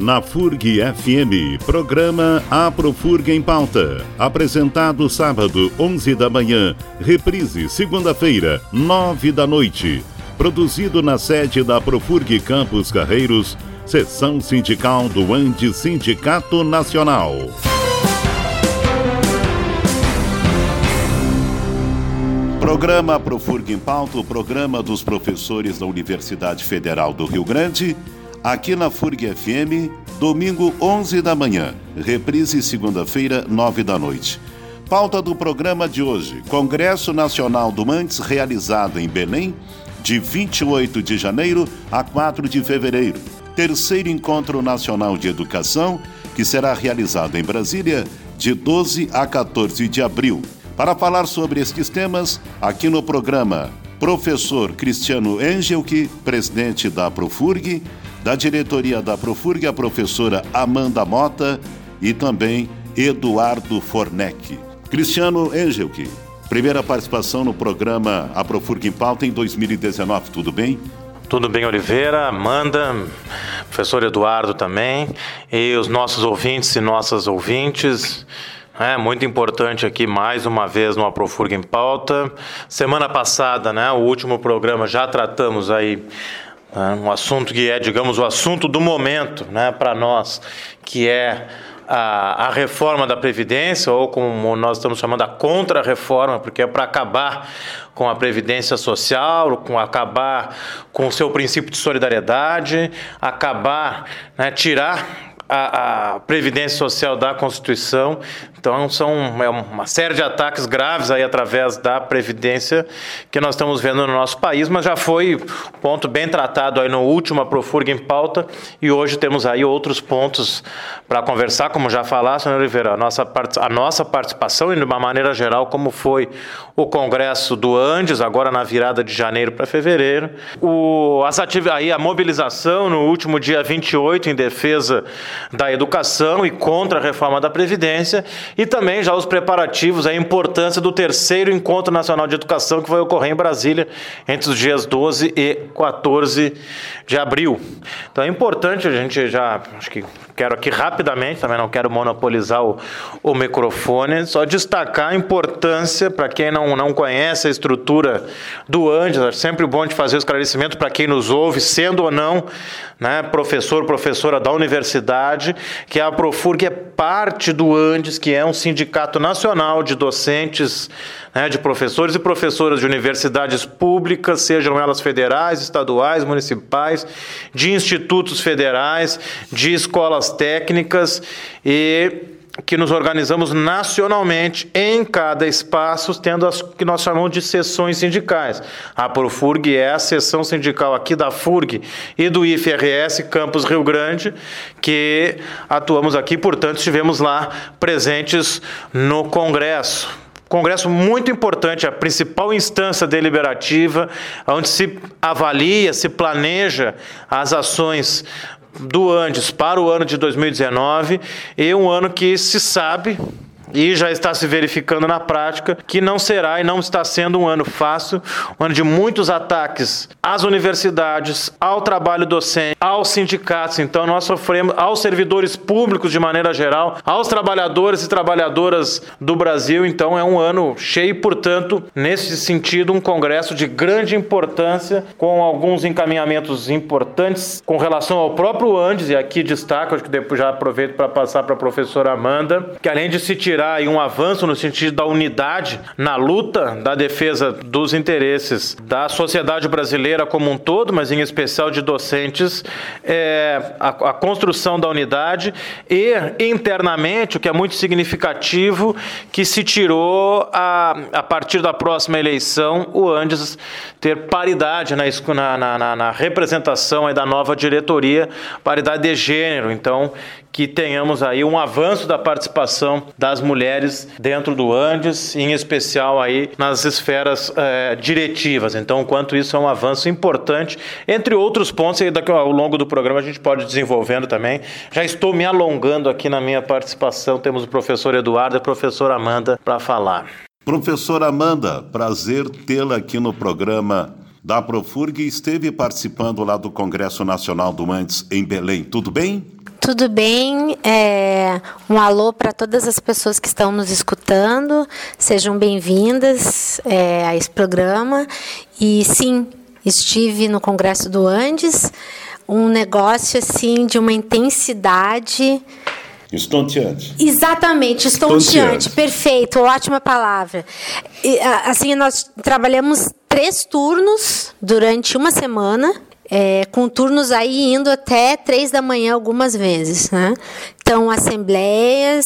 na FURG FM, programa Aprofurg em Pauta. Apresentado sábado, 11 da manhã, reprise segunda-feira, 9 da noite. Produzido na sede da Aprofurg Campos Carreiros, seção sindical do Andes Sindicato Nacional. Programa Aprofurg em Pauta, o programa dos professores da Universidade Federal do Rio Grande, aqui na FURG FM, domingo 11 da manhã, reprise segunda-feira, 9 da noite. Pauta do programa de hoje: Congresso Nacional do Andes, realizado em Belém, de 28 de janeiro a 4 de fevereiro. Terceiro Encontro Nacional de Educação, que será realizado em Brasília, de 12 a 14 de abril. Para falar sobre estes temas, aqui no programa, professor Cristiano Engelke, presidente da Aprofurg, da diretoria da Aprofurg, a professora Amanda Mota e também Eduardo Fornec. Cristiano Engelke, primeira participação no programa Aprofurg em Pauta em 2019, tudo bem? Tudo bem, Oliveira, Amanda, professor Eduardo também, e os nossos ouvintes e nossas ouvintes. É muito importante aqui, mais uma vez, no Aprofurg em Pauta. Semana passada, o último programa, já tratamos aí um assunto que é, digamos, o assunto do momento, para nós, que é a reforma da Previdência, ou como nós estamos chamando, a contra-reforma, porque é para acabar com a Previdência Social, acabar com o seu princípio de solidariedade, acabar, tirar a Previdência Social da Constituição. Então, são uma série de ataques graves aí através da Previdência que nós estamos vendo no nosso país, mas já foi ponto bem tratado aí no último Aprofurg em Pauta, e hoje temos aí outros pontos para conversar, como já falaste, senhor Oliveira, a nossa participação e, de uma maneira geral, como foi o Congresso do Andes, agora na virada de janeiro para fevereiro, a mobilização no último dia 28 em defesa da educação e contra a reforma da Previdência, e também já os preparativos, a importância do terceiro Encontro Nacional de Educação, que vai ocorrer em Brasília entre os dias 12 e 14 de abril. Então é importante, a gente acho que quero aqui rapidamente, também não quero monopolizar o microfone, só destacar a importância, para quem não conhece a estrutura do Andes, é sempre bom de fazer o esclarecimento para quem nos ouve, sendo ou não professora da universidade, que a Aprofurg é parte do Andes, que é um sindicato nacional de docentes, de professores e professoras de universidades públicas, sejam elas federais, estaduais, municipais, de institutos federais, de escolas técnicas, e que nos organizamos nacionalmente em cada espaço, tendo as que nós chamamos de seções sindicais. A Aprofurg é a seção sindical aqui da FURG e do IFRS Campus Rio Grande, que atuamos aqui, portanto, estivemos lá presentes no Congresso. Congresso muito importante, a principal instância deliberativa, onde se avalia, se planeja as ações do Andes para o ano de 2019, e um ano que se sabe e já está se verificando na prática que não será e não está sendo um ano fácil, um ano de muitos ataques às universidades, ao trabalho docente, aos sindicatos. Então nós sofremos, aos servidores públicos de maneira geral, aos trabalhadores e trabalhadoras do Brasil. Então é um ano cheio, portanto, nesse sentido, um congresso de grande importância, com alguns encaminhamentos importantes com relação ao próprio Andes, e aqui destaco, acho que depois já aproveito para passar para a professora Amanda, que além de se tirar aí um avanço no sentido da unidade na luta da defesa dos interesses da sociedade brasileira como um todo, mas em especial de docentes, a construção da unidade, e internamente, o que é muito significativo, que se tirou a partir da próxima eleição o Andes ter paridade na representação aí da nova diretoria, paridade de gênero. Então, que tenhamos aí um avanço da participação das mulheres dentro do Andes, em especial aí nas esferas diretivas. Então, quanto isso é um avanço importante, entre outros pontos, e daqui ao longo do programa a gente pode desenvolvendo também. Já estou me alongando aqui na minha participação, temos o professor Eduardo e a professora Amanda para falar. Professora Amanda, prazer tê-la aqui no programa da Profurg, esteve participando lá do Congresso Nacional do Andes em Belém. Tudo bem? Tudo bem. Um alô para todas as pessoas que estão nos escutando. Sejam bem-vindas a esse programa. E sim, estive no Congresso do Andes, um negócio assim de uma intensidade... Estonteante. Exatamente, estonteante. Perfeito, ótima palavra. Assim, nós trabalhamos 3 turnos durante uma semana, com turnos aí indo até 3 da manhã algumas vezes, né? Então, assembleias,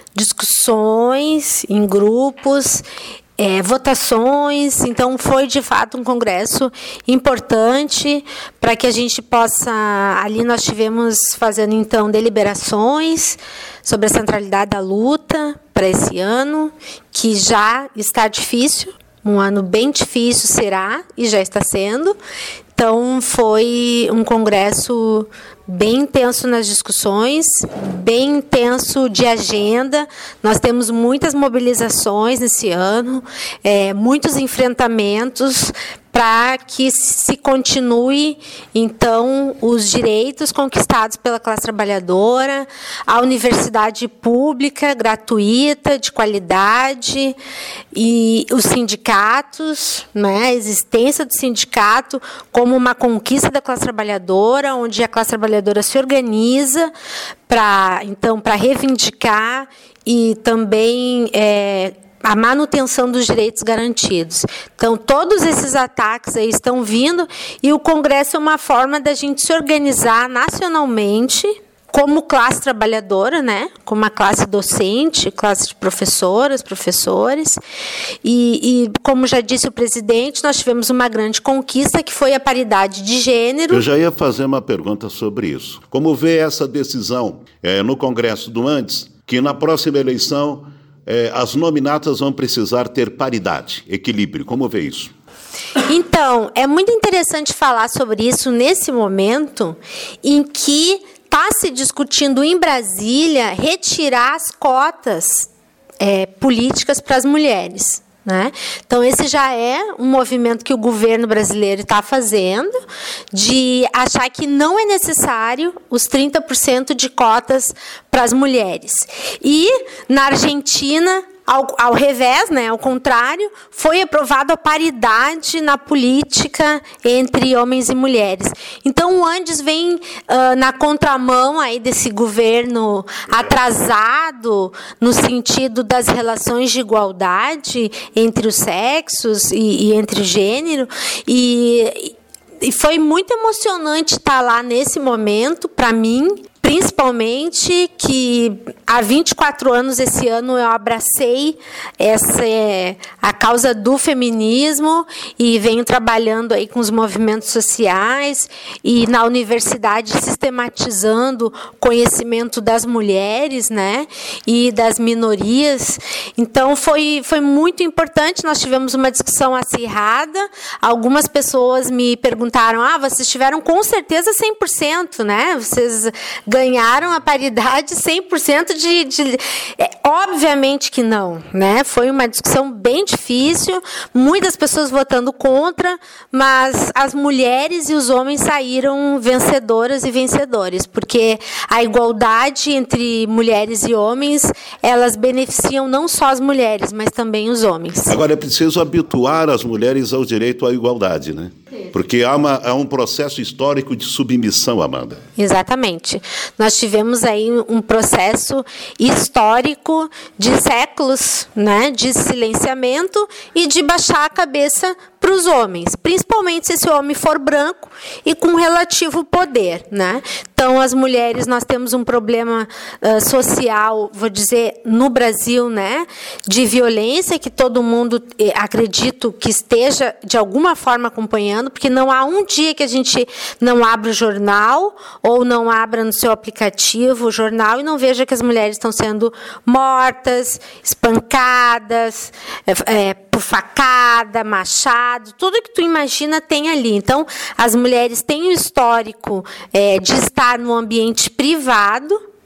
discussões em grupos, votações. Então, foi, de fato, um congresso importante para que a gente possa... Ali nós tivemos fazendo, então, deliberações sobre a centralidade da luta para esse ano, que já está difícil, um ano bem difícil será, e já está sendo. Então, foi um congresso bem intenso nas discussões, bem intenso de agenda. Nós temos muitas mobilizações nesse ano, muitos enfrentamentos para que se continue, então, os direitos conquistados pela classe trabalhadora, a universidade pública, gratuita, de qualidade, e os sindicatos, né, a existência do sindicato como uma conquista da classe trabalhadora, onde a classe trabalhadora se organiza para reivindicar e também a manutenção dos direitos garantidos. Então, todos esses ataques aí estão vindo, e o Congresso é uma forma da gente se organizar nacionalmente como classe trabalhadora, né? Como uma classe docente, classe de professoras, professores. E como já disse o presidente, nós tivemos uma grande conquista, que foi a paridade de gênero. Eu já ia fazer uma pergunta sobre isso. Como vê essa decisão no Congresso do Andes, que na próxima eleição as nominatas vão precisar ter paridade, equilíbrio? Como vê isso? Então, é muito interessante falar sobre isso nesse momento em que está se discutindo em Brasília retirar as cotas políticas para as mulheres, né? Então, esse já é um movimento que o governo brasileiro está fazendo, de achar que não é necessário os 30% de cotas para as mulheres. E, na Argentina, ao revés, né, ao contrário, foi aprovada a paridade na política entre homens e mulheres. Então, o Andes vem na contramão aí desse governo atrasado no sentido das relações de igualdade entre os sexos e entre gênero, e foi muito emocionante estar lá nesse momento, para mim, principalmente que há 24 anos, esse ano, eu abracei a causa do feminismo e venho trabalhando aí com os movimentos sociais e na universidade sistematizando conhecimento das mulheres, né, e das minorias. Então, foi muito importante. Nós tivemos uma discussão acirrada. Algumas pessoas me perguntaram, vocês tiveram com certeza 100%, né? Vocês ganharam a paridade 100% obviamente que não, né? Foi uma discussão bem difícil, muitas pessoas votando contra, mas as mulheres e os homens saíram vencedoras e vencedores, porque a igualdade entre mulheres e homens, elas beneficiam não só as mulheres, mas também os homens. Agora, é preciso habituar as mulheres ao direito à igualdade, né? Porque há um processo histórico de submissão, Amanda. Exatamente. Nós tivemos aí um processo histórico de séculos, né, de silenciamento e de baixar a cabeça para os homens, principalmente se esse homem for branco e com relativo poder, né? Então, as mulheres, nós temos um problema social, vou dizer, no Brasil, né, de violência, que todo mundo, acredito, que esteja, de alguma forma, acompanhando, porque não há um dia que a gente não abra o jornal ou não abra no seu aplicativo o jornal e não veja que as mulheres estão sendo mortas, espancadas, por facada, machado, tudo que tu imagina tem ali. Então, as mulheres têm um histórico de estar no ambiente privado,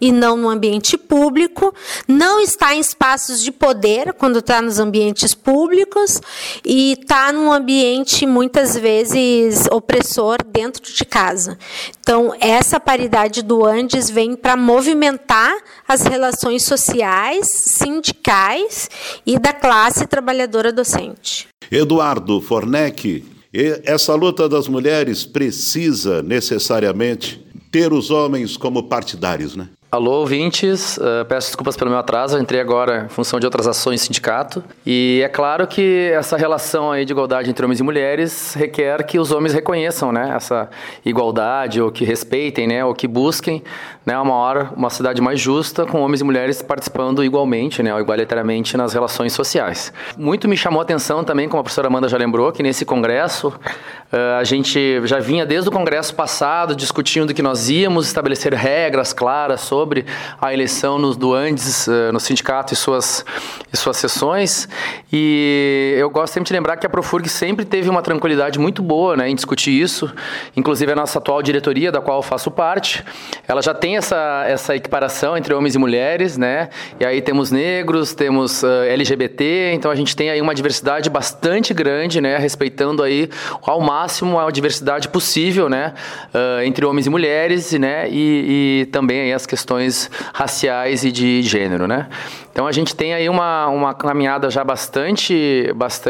e não no ambiente público, não está em espaços de poder quando está nos ambientes públicos e está num ambiente muitas vezes opressor dentro de casa. Então, essa paridade do Andes vem para movimentar as relações sociais, sindicais e da classe trabalhadora docente. Eduardo Fornec, essa luta das mulheres precisa necessariamente ter os homens como partidários, né? Alô, ouvintes, peço desculpas pelo meu atraso, eu entrei agora em função de outras ações em sindicato. E é claro que essa relação aí de igualdade entre homens e mulheres requer que os homens reconheçam, né, essa igualdade, ou que respeitem, né, ou que busquem, né, uma sociedade mais justa, com homens e mulheres participando igualmente, né, ou igualitariamente nas relações sociais. Muito me chamou a atenção também, como a professora Amanda já lembrou, que nesse congresso a gente já vinha desde o congresso passado discutindo que nós íamos estabelecer regras claras sobre a eleição do Andes no sindicato e suas sessões. E eu gosto sempre de lembrar que a Profurg sempre teve uma tranquilidade muito boa, né, em discutir isso. Inclusive a nossa atual diretoria, da qual eu faço parte, ela já tem essa equiparação entre homens e mulheres, né? E aí temos negros, temos LGBT, então a gente tem aí uma diversidade bastante grande, né, respeitando aí ao máximo a diversidade possível, né, entre homens e mulheres, né, e também aí as questões raciais e de gênero, né? Então a gente tem aí uma caminhada já bastante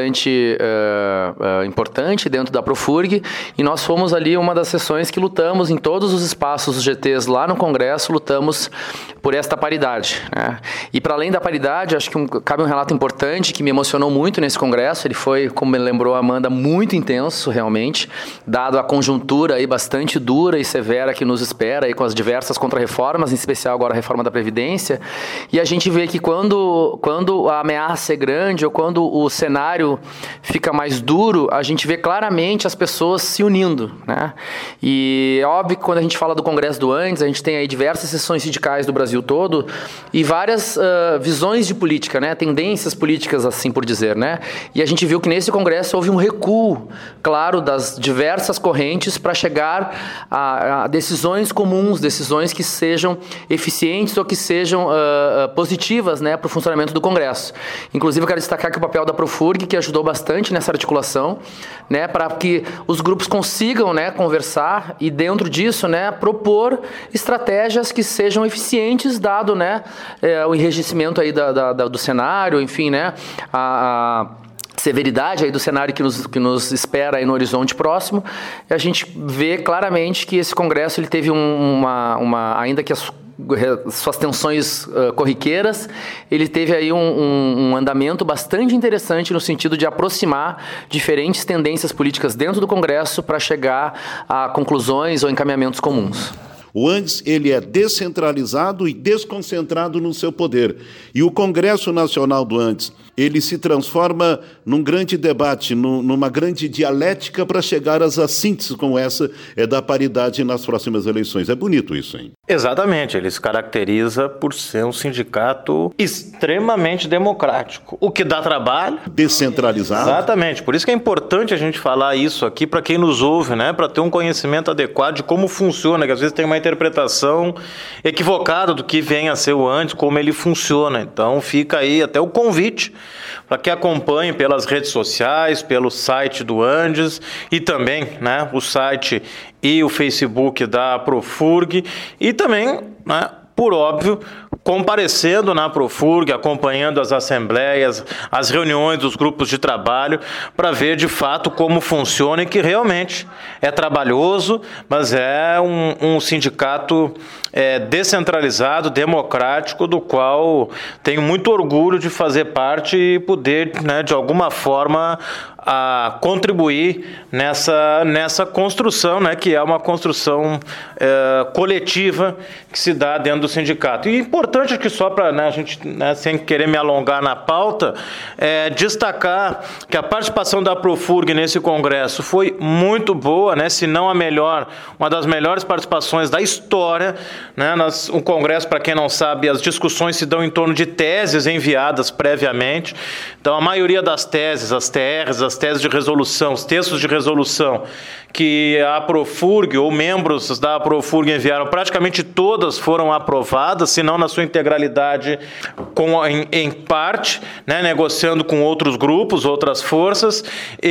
importante dentro da Profurg, e nós fomos ali uma das sessões que lutamos em todos os espaços dos GTs lá no Congresso, lutamos por esta paridade, né? E para além da paridade, acho que cabe um relato importante que me emocionou muito nesse Congresso. Ele foi, como me lembrou a Amanda, muito intenso realmente, dado a conjuntura aí bastante dura e severa que nos espera aí com as diversas contrarreformas, em especial agora a reforma da Previdência. E a gente vê que quando a ameaça é grande ou quando o cenário fica mais duro, a gente vê claramente as pessoas se unindo, né? E é óbvio que quando a gente fala do Congresso do Andes, a gente tem aí diversas seções sindicais do Brasil todo e várias visões de política, né? Tendências políticas, assim por dizer, né? E a gente viu que nesse Congresso houve um recuo, claro, das diversas correntes para chegar a decisões comuns, decisões que sejam eficientes ou que sejam positivas, né, para o funcionamento do Congresso. Inclusive, eu quero destacar que o papel da Profurg, que ajudou bastante nessa articulação, né, para que os grupos consigam, né, conversar e, dentro disso, né, propor estratégias que sejam eficientes, dado, né, o enrijecimento aí do cenário, enfim, né, a severidade aí do cenário que nos espera aí no horizonte próximo. E a gente vê claramente que esse Congresso ele teve ainda que as suas tensões corriqueiras, ele teve aí um andamento bastante interessante no sentido de aproximar diferentes tendências políticas dentro do Congresso para chegar a conclusões ou encaminhamentos comuns. O Andes, ele é descentralizado e desconcentrado no seu poder. E o Congresso Nacional do Andes, ele se transforma num grande debate, numa grande dialética para chegar às sínteses como essa da paridade nas próximas eleições. É bonito isso, hein? Exatamente. Ele se caracteriza por ser um sindicato extremamente democrático, o que dá trabalho. Descentralizado. Exatamente. Por isso que é importante a gente falar isso aqui para quem nos ouve, né? Para ter um conhecimento adequado de como funciona, que às vezes tem uma interpretação equivocada do que vem a ser o Andes, como ele funciona. Então fica aí até o convite para que acompanhe pelas redes sociais, pelo site do Andes e também, né, o site e o Facebook da Profurg e também, né, por óbvio, comparecendo na Profurg, acompanhando as assembleias, as reuniões dos grupos de trabalho, para ver de fato como funciona e que realmente é trabalhoso, mas é um sindicato descentralizado, democrático, do qual tenho muito orgulho de fazer parte e poder, né, de alguma forma, a contribuir nessa construção, né, que é uma construção coletiva que se dá dentro do sindicato. E importante que só para, né, a gente, né, sem querer me alongar na pauta, destacar que a participação da Profurg nesse congresso foi muito boa, né, se não a melhor, uma das melhores participações da história, né. O congresso, para quem não sabe, as discussões se dão em torno de teses enviadas previamente. Então, a maioria das teses, as TRs, das teses de resolução, os textos de resolução que a Aprofurg ou membros da Aprofurg enviaram, praticamente todas foram aprovadas, se não na sua integralidade, em parte, né, negociando com outros grupos, outras forças,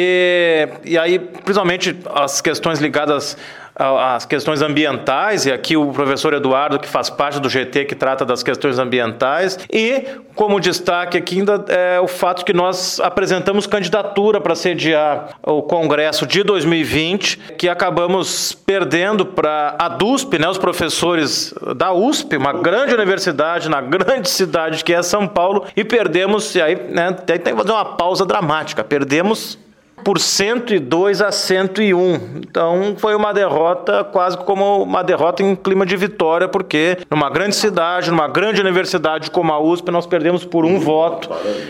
e aí, principalmente, as questões ligadas às questões ambientais, e aqui o professor Eduardo, que faz parte do GT, que trata das questões ambientais, e como destaque aqui ainda é o fato que nós apresentamos candidatura para sediar o Congresso de 2020, que acabamos perdendo para a DUSP, né, os professores da USP, uma grande universidade na grande cidade que é São Paulo, e perdemos, e aí, né, tem que fazer uma pausa dramática, perdemos por 102 a 101. Então, foi uma derrota, quase como uma derrota em clima de vitória, porque numa grande cidade, numa grande universidade como a USP, nós perdemos por um voto.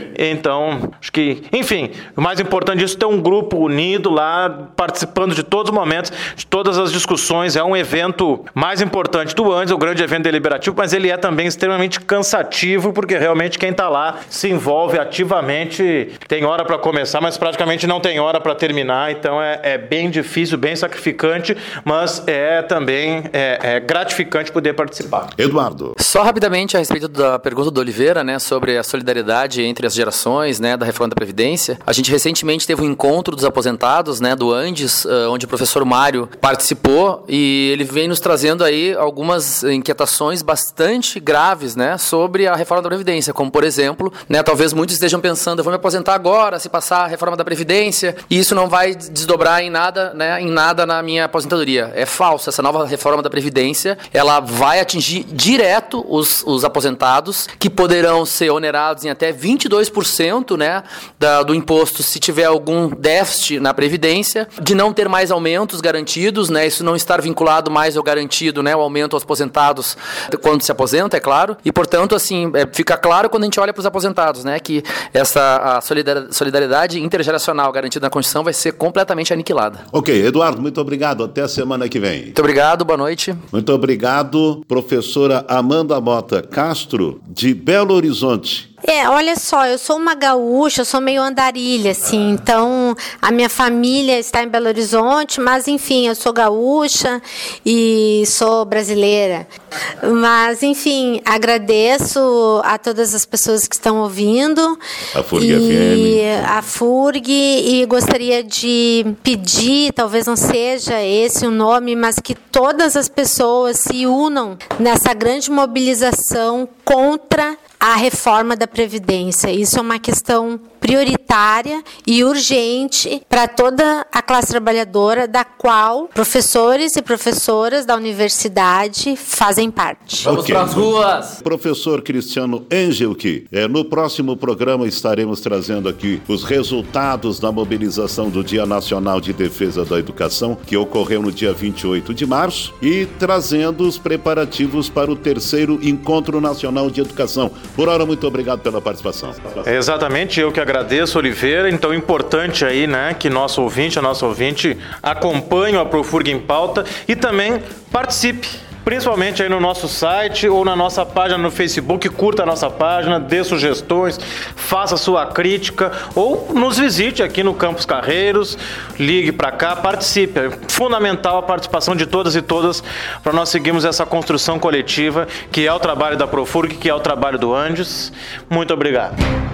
Então, acho que, enfim, o mais importante disso é ter um grupo unido lá, participando de todos os momentos, de todas as discussões. É um evento mais importante do Andes, o grande evento deliberativo, mas ele é também extremamente cansativo, porque realmente quem está lá se envolve ativamente. Tem hora para começar, mas praticamente não tem hora para terminar, então é bem difícil, bem sacrificante, mas também gratificante poder participar. Eduardo. Só rapidamente a respeito da pergunta do Oliveira, né, sobre a solidariedade entre as gerações, né, da reforma da Previdência. A gente recentemente teve um encontro dos aposentados, né, do Andes, onde o professor Mário participou, e ele vem nos trazendo aí algumas inquietações bastante graves, né, sobre a reforma da Previdência, como por exemplo, né, talvez muitos estejam pensando, eu vou me aposentar agora, se passar a reforma da Previdência, e isso não vai desdobrar em nada, né, na minha aposentadoria. É falso. Essa nova reforma da Previdência, ela vai atingir direto os aposentados, que poderão ser onerados em até 22%, né, do imposto se tiver algum déficit na Previdência, de não ter mais aumentos garantidos, né, isso não estar vinculado mais ao garantido, né, o aumento aos aposentados quando se aposenta, é claro, e portanto, assim, fica claro quando a gente olha para os aposentados, né, que a solidariedade intergeracional garantida na Constituição vai ser completamente aniquilada. Ok, Eduardo, muito obrigado. Até a semana que vem. Muito obrigado, boa noite. Muito obrigado, professora Amanda Mota Castro, de Belo Horizonte. Olha só, eu sou uma gaúcha, eu sou meio andarilha, assim, então a minha família está em Belo Horizonte, mas enfim, eu sou gaúcha e sou brasileira. Mas, enfim, agradeço a todas as pessoas que estão ouvindo. A FURG FM. A FURG, e gostaria de pedir, talvez não seja esse o nome, mas que todas as pessoas se unam nessa grande mobilização contra a reforma da Previdência. Isso é uma questão prioritária e urgente para toda a classe trabalhadora, da qual professores e professoras da universidade fazem parte. Vamos para as ruas! Professor Cristiano Engelke, no próximo programa estaremos trazendo aqui os resultados da mobilização do Dia Nacional de Defesa da Educação, que ocorreu no dia 28 de março, e trazendo os preparativos para o 3º Encontro Nacional de Educação. Por hora, muito obrigado pela participação. Exatamente, eu que agradeço, Oliveira. Então, importante aí, né, que a nossa ouvinte acompanhe a Aprofurg em Pauta e também participe, principalmente aí no nosso site ou na nossa página no Facebook. Curta a nossa página, dê sugestões, faça sua crítica ou nos visite aqui no Campus Carreiros, ligue para cá, participe. É fundamental a participação de todas e todas para nós seguirmos essa construção coletiva, que é o trabalho da Aprofurg, que é o trabalho do Andes. Muito obrigado.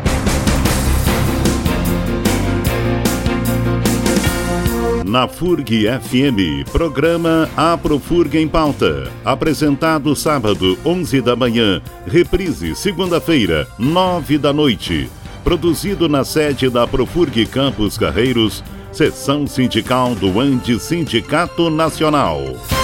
Na FURG FM, programa Aprofurg em Pauta. Apresentado sábado, 11 da manhã. Reprise, segunda-feira, 9 da noite. Produzido na sede da Aprofurg Campus Carreiros, Seção Sindical do Andes Sindicato Nacional.